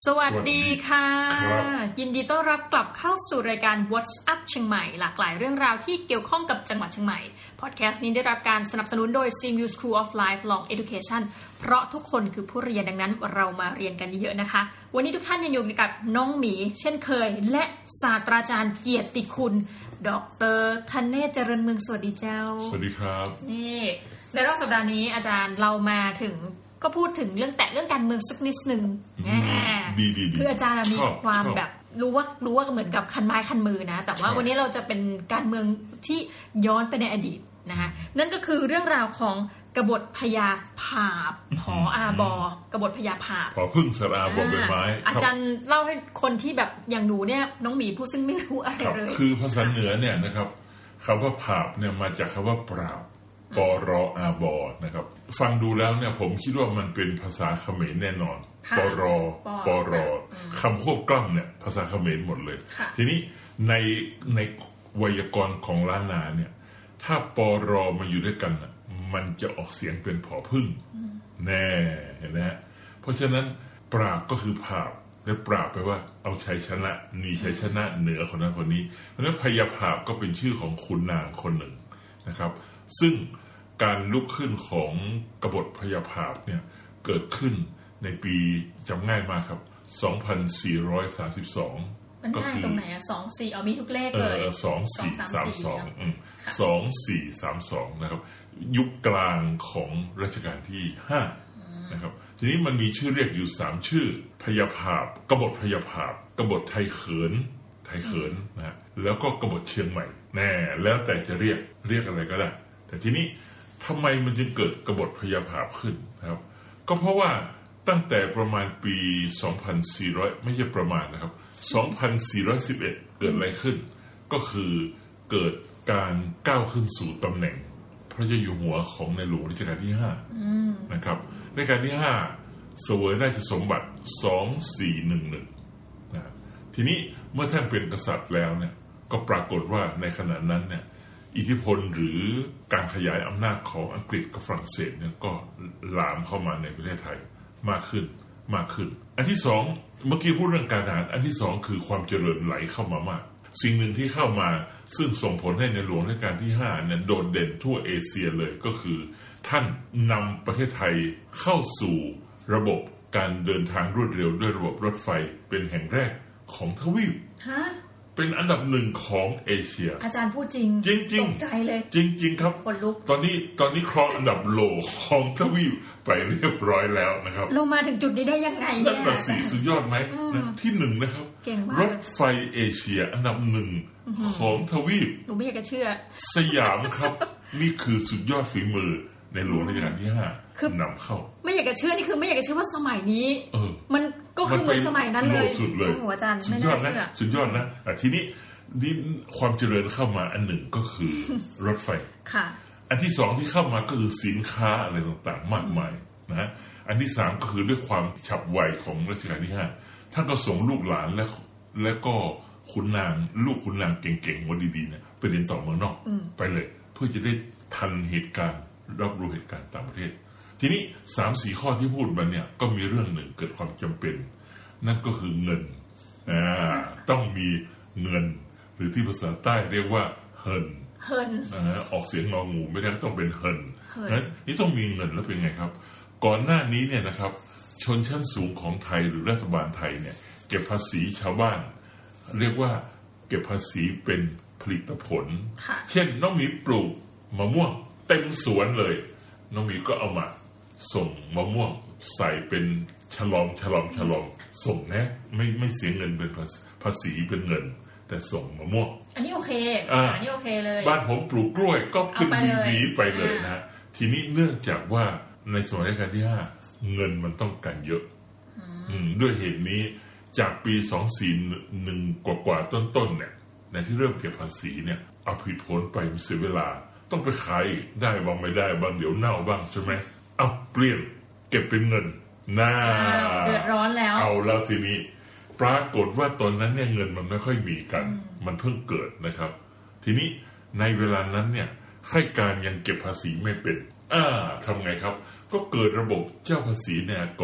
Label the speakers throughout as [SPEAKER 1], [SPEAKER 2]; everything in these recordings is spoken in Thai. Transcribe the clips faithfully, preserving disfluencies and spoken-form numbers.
[SPEAKER 1] สวัสดีค่ะยินดีต้อนรับกลับเข้าสู่รายการ What's Up เชียงใหม่หลากหลายเรื่องราวที่เกี่ยวข้องกับจังหวัดเชียงใหม่พอดแคสต์นี้ได้รับการสนับสนุนโดย ซี เอ็ม ยู School of Lifelong Education เพราะทุกคนคือผู้เรียนดังนั้นเรามาเรียนกันเยอะๆนะคะวันนี้ทุกท่านยังอยู่กับน้องหมีเช่นเคยและศาสตราจารย์เกียรติคุณดร.ธเนศเจริญเมืองสวัสดีเจ้า
[SPEAKER 2] สวัสดีครับ
[SPEAKER 1] นี่ในรอบสัปดาห์นี้อาจารย์เรามาถึงก็พูดถึงเรื่องแตะเรื่องการเมืองสักนิดนึง
[SPEAKER 2] ดีๆ
[SPEAKER 1] คืออาจารย์มีความแบบรู้ว่ารู้ว่าเหมือนกับคันไม้คันมือนะแต่ว่าวันนี้เราจะเป็นการเมืองที่ย้อนไปในอดีตนะคะนั่นก็คือเรื่องราวของกบฏพญาภาพผออาบอกบฏพญาภาพ
[SPEAKER 2] ผอพึ่งสระอาบอใบไม้
[SPEAKER 1] อาจารย์เล่าให้คนที่แบบอย่างหนูเนี่ยน้องหมีผู้ซึ่งไม่รู้อะไรเลย
[SPEAKER 2] คือภาษาเหนือเนี่ยนะครับคำว่าภาพเนี่ยมาจากคำว่าปราบปรอาบอนะครับฟังดูแล้วเนี่ยผมคิดว่ามันเป็นภาษาเขมรแน่นอนปรปรคำควบกล้ำเนี่ยภาษาเขมรหมดเลยทีนี้ในในไวยากรณ์ของล้านนาเนี่ยถ้าปรมาอยู่ด้วยกันมันจะออกเสียงเป็นผอพึ่งแน่เห็นไหมฮะเพราะฉะนั้นปราบก็คือภาพและปราบไปว่าเอาชัยชนะมีชัยชนะเหนือคนนั้นคนนี้เพราะฉะนั้นพญาภาพก็เป็นชื่อของขุนนางคนหนึ่งนะครับซึ่งการลุกขึ้นของกบฏพญาภาพเนี่ยเกิดขึ้นในปีจำง่ายมากครับสองพันสี่ร้อยสามสิบสอง
[SPEAKER 1] มันง่ายตรงไหนอ่ะสอง สี่เอามีทุกเลขเลย
[SPEAKER 2] เออสอง สี่ สาม สองอืมสอง สี่ สาม สองนะครับยุคกลางของรัชกาลที่ห้านะครับทีนี้มันมีชื่อเรียกอยู่สามชื่อพญาภาพกบฏพญาภาพกบฏไทยเขินไทยเขินนะแล้วก็กบฏเชียงใหม่แน่แล้วแต่จะเรียกเรียกอะไรก็ได้แต่ทีนี้ทำไมมันจึงเกิดกบฏพญาภาพขึ้นนะครับก็เพราะว่าตั้งแต่ประมาณปีสองพันสี่ร้อยไม่ใช่ประมาณนะครับสองพันสี่ร้อยสิบเอ็ดเกิดอะไรขึ้นก็คือเกิดการก้าวขึ้นสู่ตำแหน่งพระเจ้าอยู่หัวของในหลวงรัชกาลที่ห้านะครับรัชกาลที่ห้าเสวยราชสมบัติสองพันสี่ร้อยสิบเอ็ดนะทีนี้เมื่อท่านเป็นกษัตริย์แล้วเนี่ยก็ปรากฏว่าในขณะนั้นเนี่ยอิทธิพลหรือการขยายอำนาจของอังกฤษกับฝรั่งเศสเนี่ยก็ลามเข้ามาในประเทศไทยมากขึ้นมากขึ้นอันที่สองเมื่อกี้พูดเรื่องการทหารอันที่สองคือความเจริญไหลเข้ามามากสิ่งหนึ่งที่เข้ามาซึ่งส่งผลให้ในหลวงรัชกาลที่ห้าเนี่ยโดดเด่นทั่วเอเชียเลยก็คือท่านนำประเทศไทยเข้าสู่ระบบการเดินทางรวดเร็วด้วยระบบรถไฟเป็นแห่งแรกของทวีป
[SPEAKER 1] ฮะ
[SPEAKER 2] เป็นอันดับหนึ่งของเอเชีย
[SPEAKER 1] อาจารย์พูดจริง
[SPEAKER 2] จริงจริง
[SPEAKER 1] ตกใจเลย
[SPEAKER 2] จริงจริงครับ
[SPEAKER 1] คนลุก
[SPEAKER 2] ตอนนี้ตอนนี้ครองอันดับโลของทวีปไปเรียบร้อยแล้วนะครับ
[SPEAKER 1] เรามาถึงจุดนี้ได้ยังไงเนี่ย
[SPEAKER 2] นั่นน่ะสิสุดยอดไหมที่หนึ่งนะครับรถไฟเอเชียอันดับหนึ่งของทวีป
[SPEAKER 1] หนูไม่อยากจะเชื่อ
[SPEAKER 2] สยามครับนี่คือสุดยอดฝีมือในหลวงรัชกาลที่ห้านำเข้า
[SPEAKER 1] ไม่อยากจะเชื่อนี่คือไม่อยากจะเชื่อว่าสมัยนี้มันก็คือเหมือนสมัยนั้นเลย
[SPEAKER 2] สุดเลย
[SPEAKER 1] โอ้อาจารย์ไม่น่าเชื่อ
[SPEAKER 2] สุดยอดนะทีนี้นี่ความเจริญเข้ามาอันหนึ่งก็คือรถไฟ
[SPEAKER 1] ค่ะ
[SPEAKER 2] อันที่สองที่เข้ามาก็คือสินค้าอะไรต่างๆมากมายนะอันที่สามก็คือด้วยความฉับไวของรัชกาลที่ห้าท่านก็ส่งลูกหลานและและก็ขุนนางลูกขุนนางเก่งๆว่าดีๆเนี่ยไปเรียนต่อเมืองนอกไปเลยเพื่อจะได้ทันเหตุการณ์รับรู้เหตุการณ์ต่างประเทศทีนี้ สามสี่ ข้อที่พูดมาเนี่ยก็มีเรื่องหนึ่งเกิดความจำเป็นนั่นก็คือเงินอ่าต้องมีเงินหรือที่ภาษาใต้เรียกว่าเฮิน
[SPEAKER 1] เฮิน
[SPEAKER 2] ออกเสียงงองูไม่ได้ต้องเป็นเฮินนะนี่ต้องมีเงินแล้วเป็นไงครับก่อนหน้านี้เนี่ยนะครับชนชั้นสูงของไทยหรือรัฐบาลไทยเนี่ยเก็บภาษีชาวบ้านเรียกว่าเก็บภาษีเป็นผลิตผลเช่นน้องหมีปลูกมะม่วงเต็มสวนเลยน้องหมีก็เอามาส่งมะม่วงใส่เป็นฉลอมฉลอมฉลอมส่งนะไม่ไม่เสียเงินเป็นภาษีเป็นเงินแต่ส่งมะม่วง
[SPEAKER 1] อันนี้โอเคอันนี้โอเคเลย
[SPEAKER 2] บ้านผมปลูกกล้วยก็เป็นหวีๆไปเลยนะทีนี้เนื่องจากว่าในสมัยรัชกาลที่ห้าเงินมันต้องการเยอะด้วยเหตุนี้จากปีสองพันสี่ร้อยสิบกว่าๆต้นๆเนี่ยในที่เริ่มเก็บภาษีเนี่ยเอาผิดผลไปเสียเวลาต้องไปขายได้บางไม่ได้บางเดี๋ยวเน่าบ้างใช่ไหมเอาเปลี่ยนเก็บเป็นเงินน่า
[SPEAKER 1] เดือดร้อนแล้ว
[SPEAKER 2] เอาแล้วทีนี้ปรากฏว่าตอนนั้นเนี่ยเงินมันไม่ค่อยมีกันมันเพิ่งเกิดนะครับทีนี้ในเวลานั้นเนี่ยข้าราชการยังเก็บภาษีไม่เป็นอ่าทำไงครับก็เกิดระบบเจ้าภาษีในอากร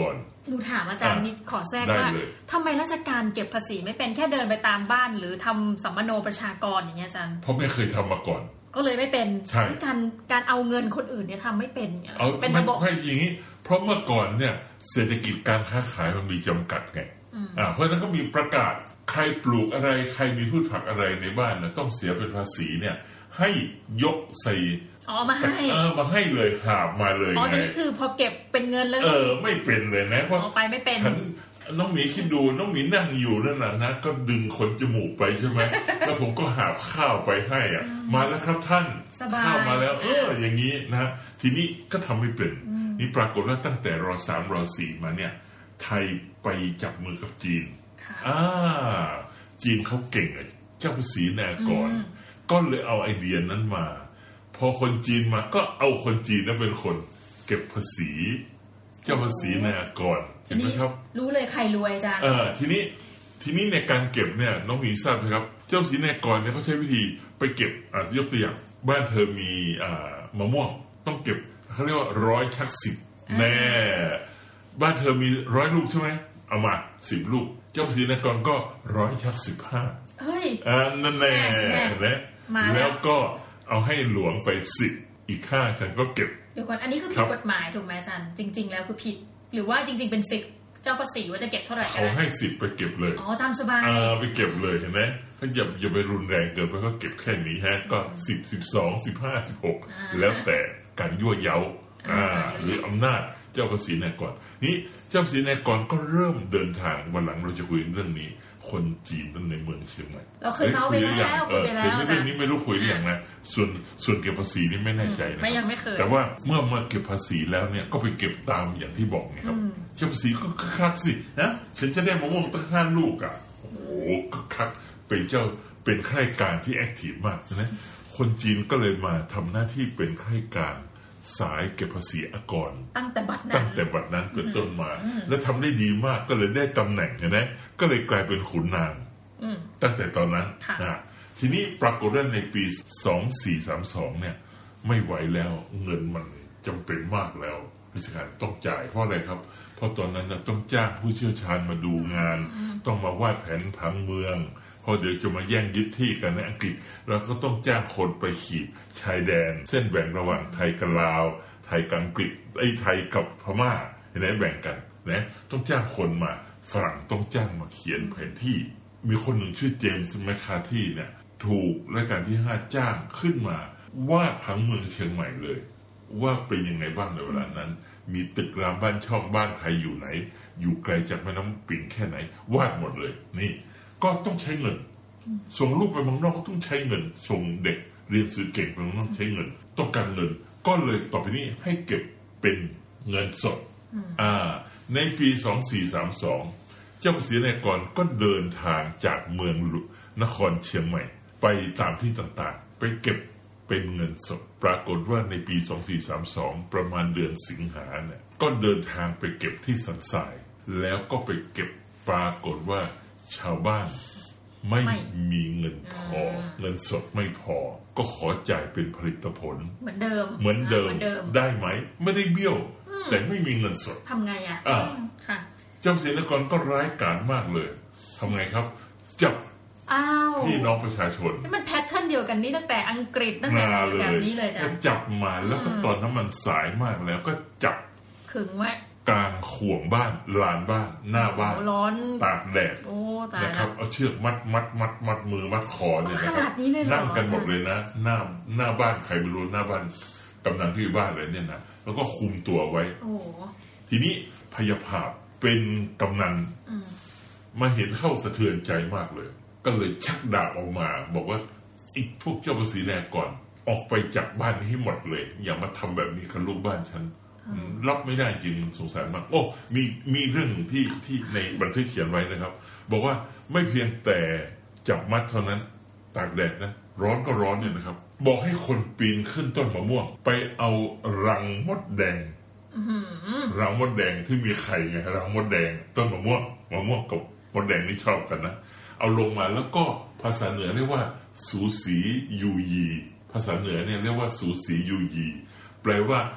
[SPEAKER 1] หนูถามอาจารย์นี่ขอแทรกว่าทำไมราชการเก็บภาษีไม่เป็นแค่เดินไปตามบ้านหรือทำสัมมโนประชากรอย่างเงี้ยอาจารย์
[SPEAKER 2] เพราะไม่เคยทำมาก่อน
[SPEAKER 1] ก็เลยไม่เป็นการการเอาเงินคนอื่นเนี่ยทำไม่เป็น
[SPEAKER 2] เป็นระบบไม่อย่างนี้เพราะเมื่อก่อนเนี่ยเศรษฐกิจการค้าขายมันมีจำกัดไงอ่าเพราะฉะนั้นก็มีประกาศใครปลูกอะไรใครมีพืชผักอะไรในบ้านเนี่ยต้องเสียเป็นภาษีเนี่ยให้ยกใส่
[SPEAKER 1] อ๋อมาให้
[SPEAKER 2] เออมาให้เลยหาบมาเลย
[SPEAKER 1] อ๋อนี่คือพอเก็บเป็นเงินแล้ว
[SPEAKER 2] เออไม่เป็นเลยนะเพราะ
[SPEAKER 1] ไปไม่เป็น
[SPEAKER 2] ฉันน้องหมีคิดดูน้องหมีนั่งอยู่นั่นน่ะนะก็ดึงขนจมูกไปใช่ไหมแล้วผมก็หาบข้าวไปให้อ่ะมาแล้วครับท่านข้าวมาแล้วเอออย่างนี้นะทีนี้ก็ทำไม่เป็นนี่ปรากฏว่าตั้งแต่รอสามรอสี่มาเนี่ยไทยไปจับมือกับจีนอ่าจีนเขาเก่งอ่ะเจ้าภาษีแนกรก็เลยเอาไอเดียนั้นมาพอคนจีนมาก็เอาคนจีนนั้นเป็นคนเก็บภาษีเจ้าภาษีแนกรเห็นไหมครับ
[SPEAKER 1] รู้เลยใครรวยจ้ะ
[SPEAKER 2] เออทีนี้ทีนี้ในการเก็บเนี่ยน้องหมีทราบไหมครับเจ้าภาษีแนกรเนี่ยเขาใช้วิธีไปเก็บอ่ะยกตัวอย่างบ้านเธอมีอ่ามะม่วงต้องเก็บเขาเรียกว่าร้อยชักสิบแน่บ้านเธอมีร้อยลูกใช่ไหมเอามาสิบลูกเจ้าภาษีแนกรก็ร้อยชักสิบห้า
[SPEAKER 1] เฮ้ย
[SPEAKER 2] อ่านั่นแน่นะแล้วก็เอาให้หลวงไปสิบอีกห้าฉันก็เก็บ
[SPEAKER 1] เดี๋ยวก่อนอันนี้คือผิดกฎหมายถูกไหมอาจารย์จริงๆแล้วคือผิดหรือว่าจริงๆเป็นสิทธิ์เจ้าภาษีว่าจะเก็บเท่าไหร่
[SPEAKER 2] เขาให้สิบไปเก็บเลย
[SPEAKER 1] อ๋อตามสบาย
[SPEAKER 2] อ่าไปเก็บเลยเห็นไหมเขาอย่าอย่าไปรุนแรงเกินไปเขาเก็บแค่นี้ฮะก็สิบสิบสองสิบห้าสิบหกแล้วแต่การยั่วเย้าอ่าหรืออำนาจเจ้าภาษีนายกรนี้เจ้าภาษีนายกรก็เริ่มเดินทางวันหลังเราจะคุยเรื่องนี้คนจีนนั่นในเมืองเชียงใหม่
[SPEAKER 1] เราเคยเมาไปแล้วคุยไปแล้ว
[SPEAKER 2] เรื่องนี้ไม่รู้คุยหรือยังนะส่วนส่วนเก็บภาษีนี่ไม่แน่ใจนะ
[SPEAKER 1] ไม่ยังไม่เคย
[SPEAKER 2] แต่ว่าเมื่อมาเก็บภาษีแล้วเนี่ยก็ไปเก็บตามอย่างที่บอกไงครับเจ้าภาษีก็คักสินะฉันจะได้มะม่วงตั้งห้าลูกอ่ะโอ้โหคักเป็นเจ้าเป็นข้าราชการที่แอคทีฟมากนะคนจีนก็เลยมาทำหน้าที่เป็นข้าราชการสายเก็บภาษีอากร
[SPEAKER 1] ตั้งแต่บัดนั้น
[SPEAKER 2] ตั้งแต่บัดนั้นเป็นต้นมาและทำได้ดีมากก็เลยได้ตำแหน่งนะก็เลยกลายเป็นขุนนางตั้งแต่ตอนนั้นนะทีนี้ปรากฏว่าในปีสองพันสี่ร้อยสามสิบสองเนี่ยไม่ไหวแล้วเงินมันจำเป็นมากแล้วราชการต้องจ่ายเพราะอะไรครับเพราะตอนนั้นต้องจ้างผู้เชี่ยวชาญมาดูงานต้องมาวาดแผนผังเมืองพอเดี๋ยวจะมาแย่งยึดที่กันในอังกฤษเราก็ต้องจ้างคนไปขีดชายแดนเส้นแบ่งระหว่างไทยกับลาวไทยกับอังกฤษไอ้ไทยกับพม่าเห็นไหมแบ่งกันนะต้องจ้างคนมาฝรั่งต้องจ้างมาเขียนแผนที่มีคนหนึ่งชื่อเจมส์แมคคาธีเนี่ยถูกรัชกาลที่ห้าจ้างขึ้นมาวาดผังเมืองเชียงใหม่เลยว่าเป็นยังไงบ้างในเวลานั้นมีตึกรามบ้านช่องบ้านใครอยู่ไหนอยู่ไกลจากแม่น้ำปิ่งแค่ไหนวาดหมดเลยนี่ก็ต้องใช้เงินส่งลูกไปเมืองนอกก็ต้องใช้เงินส่งเด็กเรียนสื่อเก่งไปเมืองนอกใช้เงินต้องการเงินก็เลยต่อไปนี้ให้เก็บเป็นเงินสดอ่าในปีสองพันสี่ร้อยสามสิบสองเจ้าภาษีนายกรก็เดินทางจากเมืองนครเชียงใหม่ไปตามที่ต่างๆไปเก็บเป็นเงินสดปรากฏว่าในปีสองพันสี่ร้อยสามสิบสองประมาณเดือนสิงหาเนี่ยก็เดินทางไปเก็บที่สันทรายแล้วก็ไปเก็บปรากฏว่าชาวบ้านไม่มีเงินพอเงินสดไม่พอก็ขอจ่ายเป็นผลิตผล
[SPEAKER 1] เหมือนเดิม
[SPEAKER 2] เหมือนเดิมได้ไหมไม่ได้เบี้ยวแต่ไม่มีเงินสด
[SPEAKER 1] ทำไงอ่ะ
[SPEAKER 2] ค่ะเจ้าเสนากรก็ร้ายกาจมากเลยทำไงครับจับพี่น้องประชาชน
[SPEAKER 1] นี่มันแพทเทิร์นเดียวกันนี่ตั้งแต่อังกฤษตั้งแต่แบบนี้เลยจ้ะ
[SPEAKER 2] จับมาแล้วก็ตอนนั้นมันสายมากแล้วก็จับ
[SPEAKER 1] ขึงไว้
[SPEAKER 2] กลางข่วงบ้านลานบ้านหน้าบ้าน
[SPEAKER 1] ร้อน
[SPEAKER 2] ตากแดดนะครับเอาเชือกมัดมัดมัดมัดมือมัดคอเนี่ยนะครับนั่งกันหมดเลยนะหน้าหน้าบ้านใครไม่รู้หน้าบ้านกำนันที่บ้านเลยเนี่ยนะแล้วก็คุมตัวไว้ทีนี้พยาภาพเป็นกำนันมาเห็นเข้าสะเทือนใจมากเลยก็เลยชักดาบออกมาบอกว่าอีกพวกเจ้าภาษีแนก่อนออกไปจากบ้านนี้ให้หมดเลยอย่ามาทำแบบนี้กับลูกบ้านฉันรับไม่ได้จริงสงสารมากโอ้มีมีเรื่องที่ที่ในบันทึกเขียนไว้นะครับบอกว่าไม่เพียงแต่จับมัดเท่านั้นตากแดดนะร้อนก็ร้อนเนี่ยนะครับบอกให้คนปีนขึ้นต้นมะม่วงไปเอารังมดแดงรังมดแดงที่มีไข่ไงรังมดแดงต้นมะม่วงมะม่วงกับมดแดงนี่ชอบกันนะเอาลงมาแล้วก็ภาษาเหนือเรียกว่าสูสียูยีภาษาเหนือเนี่ยเรียกว่าสูสียูยีแปลว่า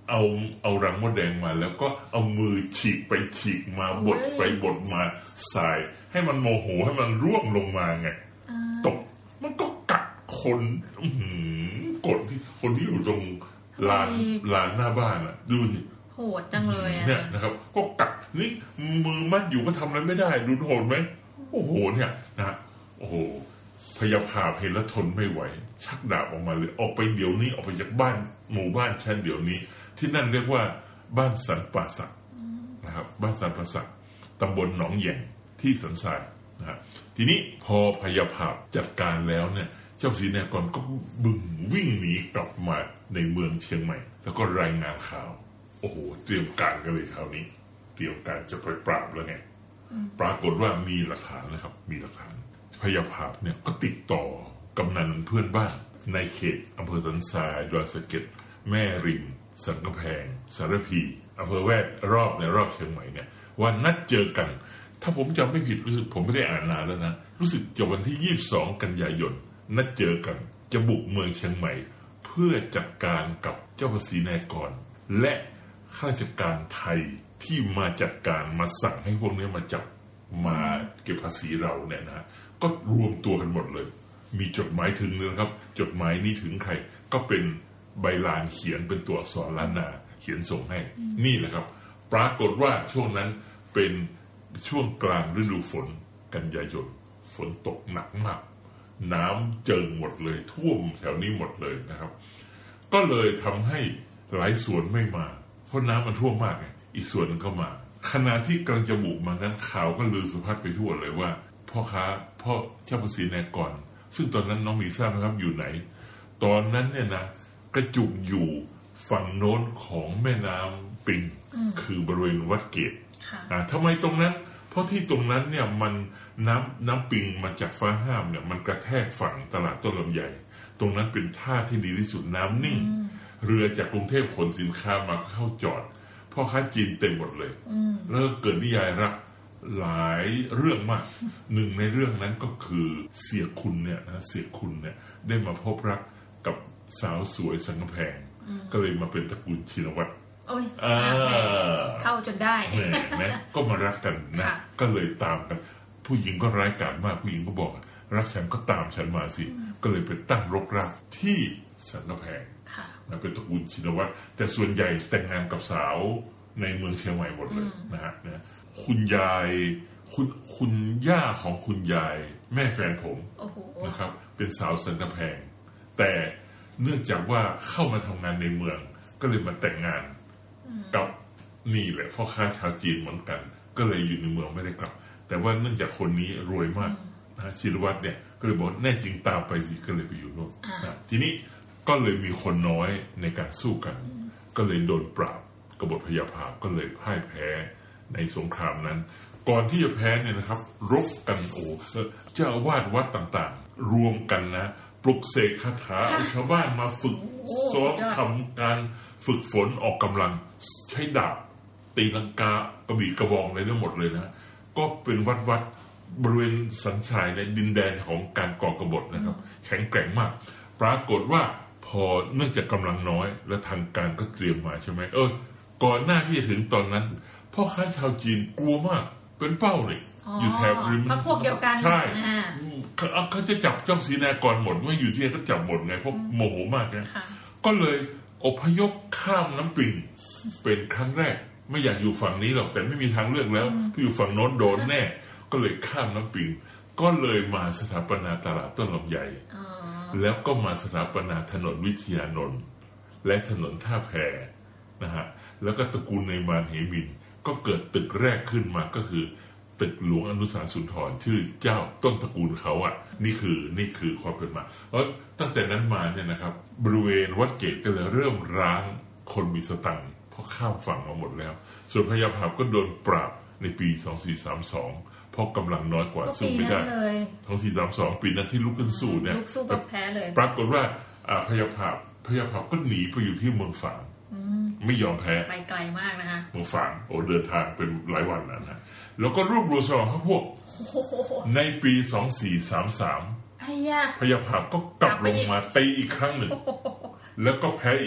[SPEAKER 2] เอาเอารังมดแดงมาแล้วก็เอามือฉีกไปฉีกมาบดไปบดมาสายให้มันโมโหให้มันร่วงลงมาไงตกมันก็กัดคนกดที่คนที่อยู่ตรงลานลานหน้าบ้านอ่ะดูสิ
[SPEAKER 1] โหดจังเลยอ่ะ
[SPEAKER 2] เนี่ยนะครับก็กัดนี่มือมัดอยู่ก็ทำอะไรไม่ได้ดูโหดไหมโอ้โหเนี่ยนะโอ้โหพยาภาพเห็นแล้วทนไม่ไหวชักดาบออกมาเลยออกไปเดี๋ยวนี้ออกไปจากบ้านหมู่บ้านชั้นเดี๋ยวนี้ที่นั่นเรียกว่าบ้านสันป่าสักนะครับบ้านสันป่าสักตำบลหนองแยงที่สันทรายนะครับทีนี้พอพยาภาพจัดการแล้วเนี่ยเจ้าศรีนากรก็บึ่งวิ่งหนีกลับมาในเมืองเชียงใหม่แล้วก็รายงานข่าวโอ้โหเตรียมการกันเลยคราวนี้เตรียมการจะไปปราบแล้วไงปรากฏว่ามีหลักฐานนะครับมีหลักฐานพยาภาพเนี่ยก็ติดต่อกำนันเพื่อนบ้านในเขตอำเภอสันทรายดอยสะเก็ดแม่ริมสันกำแพงสารพีอำเภอแวดรอบในรอบเชียงใหม่เนี่ยว่านัดเจอกันถ้าผมจำไม่ผิดรู้สึกผมไม่ได้อ่านนานแล้วนะรู้สึกจะวันที่ยี่สิบสองกันยายนนัดเจอกันจะบุกเมืองเชียงใหม่เพื่อจัดการกับเจ้าพระศรีนากรและข้าราชการไทยที่มาจัดการมาสั่งให้พวกนี้มาจับมาเก็บภาษีเราเนี่ยนะก็รวมตัวกันหมดเลยมีจดหมายถึงนะครับจดหมายนี้ถึงใครก็เป็นใบลานเขียนเป็นตัวอักษรล้านนาเขียนส่งให้นี่แหละครับปรากฏว่าช่วงนั้นเป็นช่วงกลางฤดูฝนกันยายนฝนตกหนักมากน้ำเจิ่งหมดเลยท่วมแถวนี้หมดเลยนะครับก็เลยทำให้หลายส่วนไม่มาเพราะน้ำมันท่วมมากไงอีกส่วนนึงก็มาขณะที่กำลังจะบุกมานั้นข่าวก็ลือสะพัดไปทั่วเลยว่าพ่อค้าพ่อเจ้าพระศรีนากรซึ่งตอนนั้นน้องมีทราบไหมครับอยู่ไหนตอนนั้นเนี่ยนะกระจุกอยู่ฝั่งโน้นของแม่น้ำปิงคือบริเวณวัดเกตอ่าทำไมตรงนั้นเพราะที่ตรงนั้นเนี่ยมันน้ำน้ำปิงมาจากฟ้าห้ามเนี่ยมันกระแทกฝั่งตลาดต้นลำไยตรงนั้นเป็นท่าที่ดีที่สุดน้ำนิ่งเรือจากกรุงเทพขนสินค้ามาเข้าจอดพ่อค้าจีนเต็มหมดเลยแล้วเกิดนิยายรักหลายเรื่องมากหนึ่งในเรื่องนั้นก็คือเสียคุณเนี่ยนะเสียคุณเนี่ยได้มาพบรักกับสาวสวยสันกำแพงก็เลยมาเป็นตระกูลชินวัตร
[SPEAKER 1] เข้าจนได้
[SPEAKER 2] นะก็มารักกันนะก็เลยตามกันผู้หญิงก็ร้ายกาจมากผู้หญิงก็บอกรักฉันก็ตามฉันมาสิก็เลยไปตั้งรกรากที่สันกำแพงนะเป็นตระกูลชินวัตรแต่ส่วนใหญ่แต่งงานกับสาวในเมืองเชียงใหม่หมดเลยนะฮะนะคุณยายคุณคุณย่าของคุณยายแม่แฟนผมนะครับเป็นสาวสันกำแพงแต่เนื่องจากว่าเข้ามาทำงานในเมืองก็เลยมาแต่งงานกับนี่แหละพ่อค้าชาวจีนเหมือนกันก็เลยอยู่ในเมืองไม่ได้กลับแต่ว่าเนื่องจากคนนี้รวยมากนะชินวัตรเนี่ยก็เลยบอกแน่จริงตามไปสิก็เลยไปอยู่โน่นนะทีนี้ก็เลยมีคนน้อยในการสู้กันก็เลยโดนปราบกบฏพยาภาพก็เลยพ่ายแพ้ในสงครามนั้นก่อนที่จะแพ้เนี่ยนะครับรบกันโอ้เจ้าอาวาสวัดต่างๆรวมกันนะปลุกเสกคาถาเอาชาวบ้านมาฝึกซ้อมทำการฝึกฝนออกกำลังใช้ดาบตีลังกากระบี่กระบองอะไรทั้งหมดเลยนะก็เป็นวัดวัดบริเวณสันทรายในดินแดนของการก่อกบฏนะครับแข็งแกร่งมากปรากฏว่าพอเนื่องจากกำลังน้อยและทางการก็เตรียมมาใช่ไหมเออก่อนหน้าที่จะถึงตอนนั้นพ่อค้าชาวจีนกลัวมากเป็นเป้าเลยอยู่แถบริม
[SPEAKER 1] พวกเดียวกัน
[SPEAKER 2] ใช่เขาเขาจะจับเจ้าศรีนากรหมดว่าอยู่ที่นั่นก็จับหมดไงเพราะโมโหมากนะก็เลยอพยพข้ามน้ำปิงเป็นครั้งแรกไม่อยากอยู่ฝั่งนี้หรอกแต่ไม่มีทางเลือกแล้วที่อยู่ฝั่งโน้นโดนแน่ก็เลยข้ามน้ำปิงก็เลยมาสถาปนาตลาดต้นลำไยแล้วก็มาสถาปนาถนนวิทยานนท์และถนนท่าแพนะฮะแล้วก็ตระกูลในมานเหมินก็เกิดตึกแรกขึ้นมาก็คือตึกหลวงอนุสาสุนทรชื่อเจ้าต้นตระกูลเขาอ่ะนี่คือนี่คือความเป็นมาเพราะตั้งแต่นั้นมาเนี่ยนะครับบริเวณวัดเกตก็เลยเริ่มร้างคนมีสตังค์เพราะข้ามฝั่งมาหมดแล้วส่วนพญาภาพก็โดนปราบในปีสองพันสี่ร้อยสามสิบสองเพราะกำลังน้อยกว่าสู้ไม่ได้สองพันสี่ร้อยสามสิบสองปีนั้นที่ลุกขึ้นสู้เนี่ย
[SPEAKER 1] ลุกสู้กับแพ้เลย
[SPEAKER 2] ปรากฏว่าพญาภาพพญาภาพก็หนีไปอยู่ที่เมืองฝางไม่ยอมแพ้
[SPEAKER 1] ไปไกลมากนะคะ
[SPEAKER 2] เมืองฝางโอ้เดินทางเป็นหลายวันนะนะแล้วก็รวบรวมสมองพวกในปีสองพันสี่ร้อยสามสิบสามพญาภาพก็กลับลงมาตีอีกครั้งหนึ่งแล้วก็แพ้อีก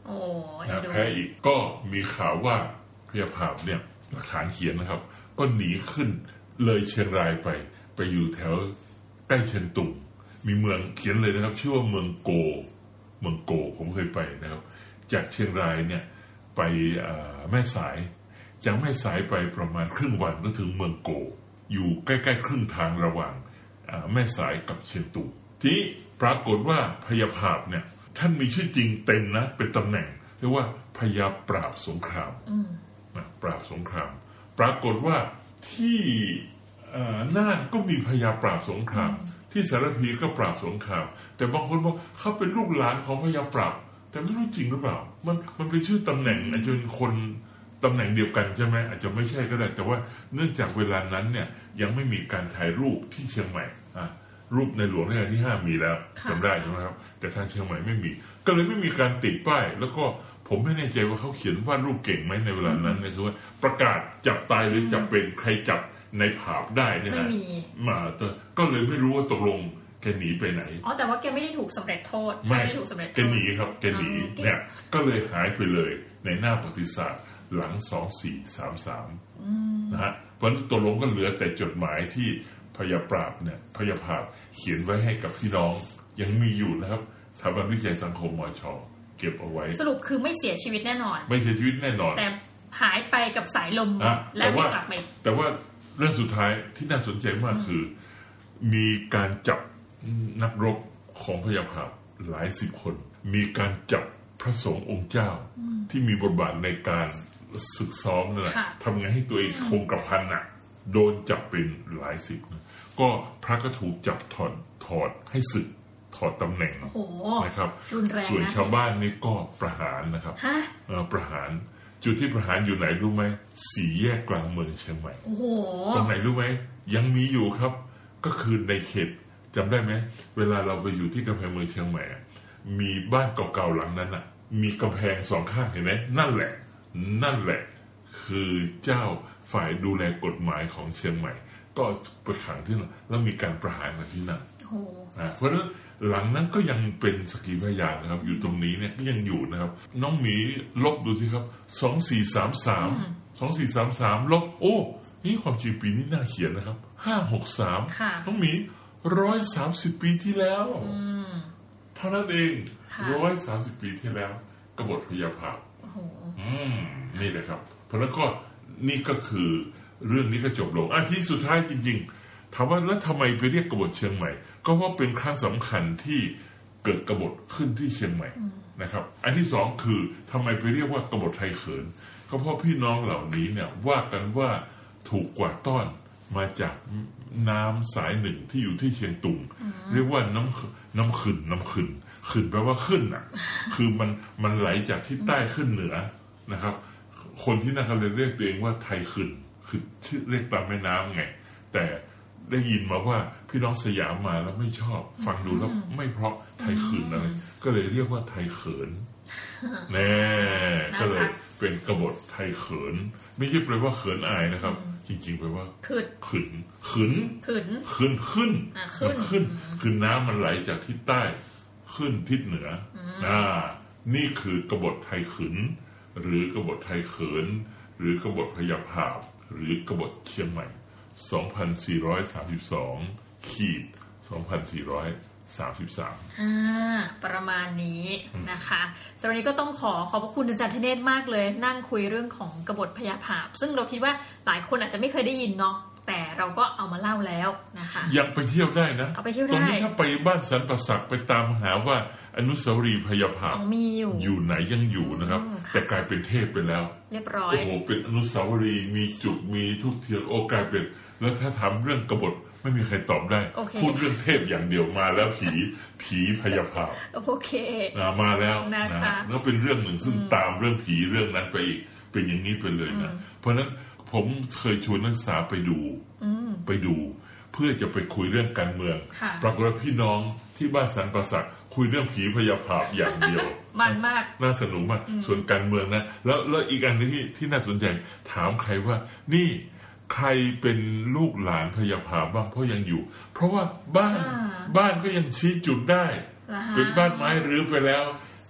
[SPEAKER 1] โอ้
[SPEAKER 2] นะแพ้อีกก็มีข่าวว่าพญาภาพเนี่ยหลักฐานเขียนนะครับก็หนีขึ้นเลยเชียงรายไปไปอยู่แถวใกล้เชียงตุงมีเมืองเขียนเลยนะครับชื่อว่าเมืองโกเมืองโกผมเคยไปนะครับจากเชียงรายเนี่ยไปแม่สายจากแม่สายไปประมาณครึ่งวันก็ถึงเมืองโกอยู่ใกล้ๆครึ่งทางระหว่างแม่สายกับเชียงตุงทีนี้ปรากฏว่าพญาภาพเนี่ยท่านมีชื่อจริงเต็มนะเป็นตำแหน่งเรียกว่าพญาปราบสงครามนะปราบสงครามปรากฏว่าที่น่านก็มีพญาปราบสงครามที่สารพีก็ปราบสงครามแต่บางคนบอกเขาเป็นลูกหลานของพญาปราบแต่ไม่รู้จริงหรือเปล่ามันมันเป็นชื่อตำแหน่งอาจจะเป็นคนตำแหน่งเดียวกันใช่ไหมอาจจะไม่ใช่ก็ได้แต่ว่าเนื่องจากเวลานั้นเนี่ยยังไม่มีการถ่ายรูปที่เชียงใหม่อ่ะรูปในหลวงรัชกาลที่ห้ามีแล้วจำได้ใช่ไหมครับแต่ทางเชียงใหม่ไม่มีก็เลยไม่มีการติดป้ายแล้วก็ผมไม่แน่ใจว่าเขาเขียนวาดรูปเก่งไหมในเวลานั้นนะคือว่าประกาศจับตายหรือจับเป็นใครจับในภาพได้เนี่ยนะมาก็เลยไม่รู้ว่าตกลงแกหนีไปไหน
[SPEAKER 1] อ๋อแต่ว่าแกไม่ได้ถูกสำเร็จโทษ
[SPEAKER 2] ไม่ได้ถูกสำเร็จโทษแกหนีครับแกหนีเนี่ยก็เลยหายไปเลยในหน้าประวัติศาสตร์หลังสองสี่สามสามนะฮะเพราะตกลงก็เหลือแต่จดหมายที่พญาปราบเนี่ยพญาภาพเขียนไว้ให้กับพี่น้องยังมีอยู่นะครับสถาบันวิจัยสังคมมช.เก็บเอาไว้
[SPEAKER 1] สรุปคือไม่เสียชีวิตแน่นอน
[SPEAKER 2] ไม่เสียชีวิตแน่นอน
[SPEAKER 1] แต่หายไปกับสายลมแล้วไม่กลับมา
[SPEAKER 2] แต่ว่าเรื่องสุดท้ายที่น่าสนใจมากคือมีการจับนักรบของพญาภาพหลายสิบคนมีการจับพระสงฆ์องค์เจ้าที่มีบทบาทในการศึกซ้อมนั่นแหละทำไงให้ตัวเองคงกระพันน่ะโดนจับเป็นหลายสิบก็พระก็ถูกจับถอดถอดให้สึกถอดตำแหน่งนะครับส่วนชาวบ้านนี่ก็ประหารนะครับประหารจุดที่ประหารอยู่ไหนรู้ไหมสี่แยกกลางเมืองเชียงใหม่ตรงไหนรู้ไหมยังมีอยู่ครับก็คือในเขตจำได้ไหมเวลาเราไปอยู่ที่กำแพงเมืองเชียงใหม่มีบ้านเก่าๆหลังนั้นอ่ะมีกำแพงสองข้างเห็นไหมนั่นแหละนั่นแหละคือเจ้าฝ่ายดูแลกฎหมายของเชียงใหม่ก็ไปขังที่นั่นแล้วมีการประหารมาที่นั่นเพราะฉะนั้นหลังนั้นก็ยังเป็นสกีพยานนะครับอยู่ตรงนี้เนี่ยก็ยังอยู่นะครับน้องหมีลบดูสิครับสองสี่สามสามสองสี่สามสามลบโอ้นี่ความจริงปีนี้น่าเขียนนะครับห้าหกสามน้องหมีร้อยสามสิบปีที่แล้วเท่านั้นเองร้อยสามสิบปีที่แล้วกบฏพญาภาพอืมนี่แหละครับเพราะแล้วก็นี่ก็คือเรื่องนี้ก็จบลงอ่ะที่สุดท้ายจริงๆถามว่าแล้วทำไมไปเรียกกบฏเชียงใหม่ก็เพราะเป็นครั้งสำคัญที่เกิดกบฏขึ้นที่เชียงใหม่นะครับอันที่สองคือทำไมไปเรียกว่ากบฏไทยเขินก็เพราะพี่น้องเหล่านี้เนี่ยว่ากันว่าถูกกวาดต้อนมาจากน้ำสายหนึ่งที่อยู่ที่เชียงตุงเรียกว่าน้ำน้ำขึ้นน้ำขึ้นขึ้นแปลว่าขึ้นอ่ะคือมันมันไหลจากที่ใต้ขึ้นเหนือนะครับคนที่นั่นเขาเลยเรียกตัวเองว่าไทยขึ้นคือชื่อเรียกตามแม่น้ำไงแต่ได้ยินมาว่าพี่น้องสยามมาแล้วไม่ชอบฟังดูแล้วไม่เพราะไทยขึ้นอะไรก็เลยเรียกว่าไทยเขินแน่ก็เลยเป็นกบฏไทยเขินไม่ใช่แปลว่าเขินอายนะครับจริงๆแปลว่า
[SPEAKER 1] ขึ้น
[SPEAKER 2] ขึ้นขึ้น
[SPEAKER 1] ขึ้น
[SPEAKER 2] ขึ้นขึ้นขึ้นคือน้ำมันไหลจากทิศใต้ขึ้นทิศเหนืออ่านี่คือกบฏไทยขึ้นหรือกบฏไทยเขินหรือกบฏพญาภาพหรือกบฏเชียงใหม่สองพันสี่ร้อยสามสิบสองขีดสองพันสี่ร้อยสามสิบสาม
[SPEAKER 1] อ่าประมาณนี้นะคะสำหรับวันนี้ก็ต้องขอขอบพระคุณอาจารย์ธเนศมากเลยนั่งคุยเรื่องของกบฏพญาภาพซึ่งเราคิดว่าหลายคนอาจจะไม่เคยได้ยินเนาะแต่เราก็เอามาเล่าแล้วนะคะ
[SPEAKER 2] ยังไปเที่ยวได้นะ
[SPEAKER 1] เอาไปเที่ยวได้
[SPEAKER 2] ตรงนี้ถ้าไปบ้านสันประศักดิ์ไปตามหาว่าอนุสาวรีย์พญาภาพ
[SPEAKER 1] มีอยู่
[SPEAKER 2] อยู่ไหนยังอยู่นะครับแต่กลายเป็นเทพไปแล้ว
[SPEAKER 1] เรียบร้อย
[SPEAKER 2] โอ้โหเป็นอนุสาวรีย์มีจุดมีทุกเทียนโอ้กลายเป็นแล้วถ้าถามเรื่องกบฏไม่มีใครตอบได้พูดเรื่องเทพอย่างเดียวมาแล้วผีผีพญาภาพ
[SPEAKER 1] โอเค
[SPEAKER 2] มาแล้วนะแล้วเป็นเรื่องหนึ่งซึ่งตามเรื่องผีเรื่องนั้นไปอีกเป็นอย่างนี้ไปเลยนะเพราะนั้นผมเคยชวนนักศึกษาไปดูไปดูเพื่อจะไปคุยเรื่องการเมืองปรากฏว่าพี่น้องที่บ้านสันประศักดิ์คุยเรื่องผีพญาภาพอย่างเดียว
[SPEAKER 1] มันมาก
[SPEAKER 2] น่าสนุกมากส่วนการเมืองนะแล้วแล้วอีกอันนึงที่ที่น่าสนใจถามใครว่านี่ใครเป็นลูกหลานพญาภาพบ้างเพราะยังอยู่เพราะว่าบ้านบ้านก็ยังชี้จุดได้เป็นบ้านไม้รื้อไปแล้ว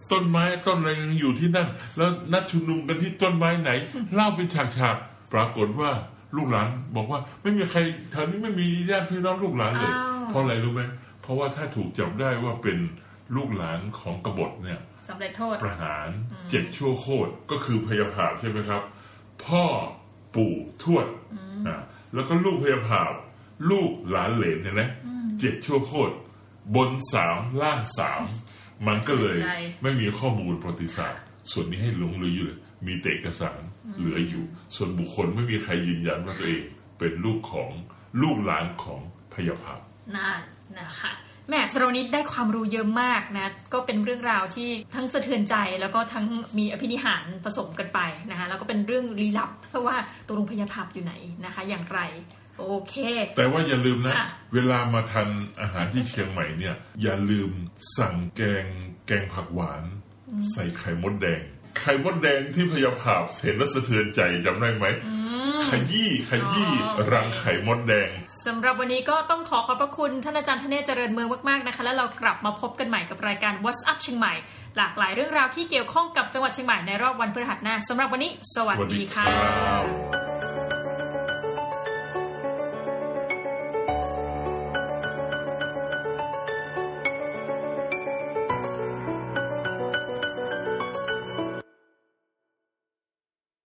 [SPEAKER 2] ต้นไม้ต้นอะไรยังอยู่ที่นั่นแล้วนัดชุมนุมกันที่ต้นไม้ไหนเล่าเป็นฉากๆปรากฏว่าลูกหลานบอกว่าไม่มีใครแถวนี้ไม่มีญาติพี่น้องลูกหลานเลยเพราะอะไรรู้ไหมเพราะว่าถ้าถูกจับได้ว่าเป็นลูกหลานของกบฏเนี่ย
[SPEAKER 1] สำเร็จโทษ
[SPEAKER 2] ประหารเจ็ดชั่วโคตรก็คือพยาบาทใช่ไหมครับพ่อปู่ทวดอ่าแล้วก็ลูกพยาบาทลูกหลานเหลนเนี่ยนะเจ็ดชั่วโคตรบนสามล่างสามมันก็เลยไม่มีข้อมูลประวัติศาสตร์ส่วนนี้ให้หลงเหลืออยู่เลยมีแต่เอกสารเหลืออยู่ส่วนบุคคลไม่มีใครยืนยันว่าตัวเองเป็นลูกของลูกหลานของพยาบาท
[SPEAKER 1] นั่นนะคะแม่สโรนิดได้ความรู้เยอะมากนะก็เป็นเรื่องราวที่ทั้งสะเทือนใจแล้วก็ทั้งมีอภินิหารผสมกันไปนะคะแล้วก็เป็นเรื่องลี้ลับเพราะว่าตัวโรงพยาบาลอยู่ไหนนะคะอย่างไรโอเค
[SPEAKER 2] แต่ว่าอย่าลืมนะเวลามาทานอาหารที่เชียงใหม่เนี่ยอย่าลืมสั่งแกงแกงผักหวานใส่ไข่มดแดงไข่มดแดงที่พยาบาทเห็นแล้วสะเทือนใจจำได้ไหมขยี้ขยี้รังไข่มดแดง
[SPEAKER 1] สำหรับวันนี้ก็ต้องขอขอบพระคุณท่านอาจารย์ธเนศเจริญเมืองมากๆนะคะแล้วเรากลับมาพบกันใหม่กับรายการ What's Up เชียงใหม่หลากหลายเรื่องราวที่เกี่ยวข้องกับจังหวัดเชียงใหม่ในรอบวันพฤหัสหน้าสำหรับวันนี้สวัสดีค่ะ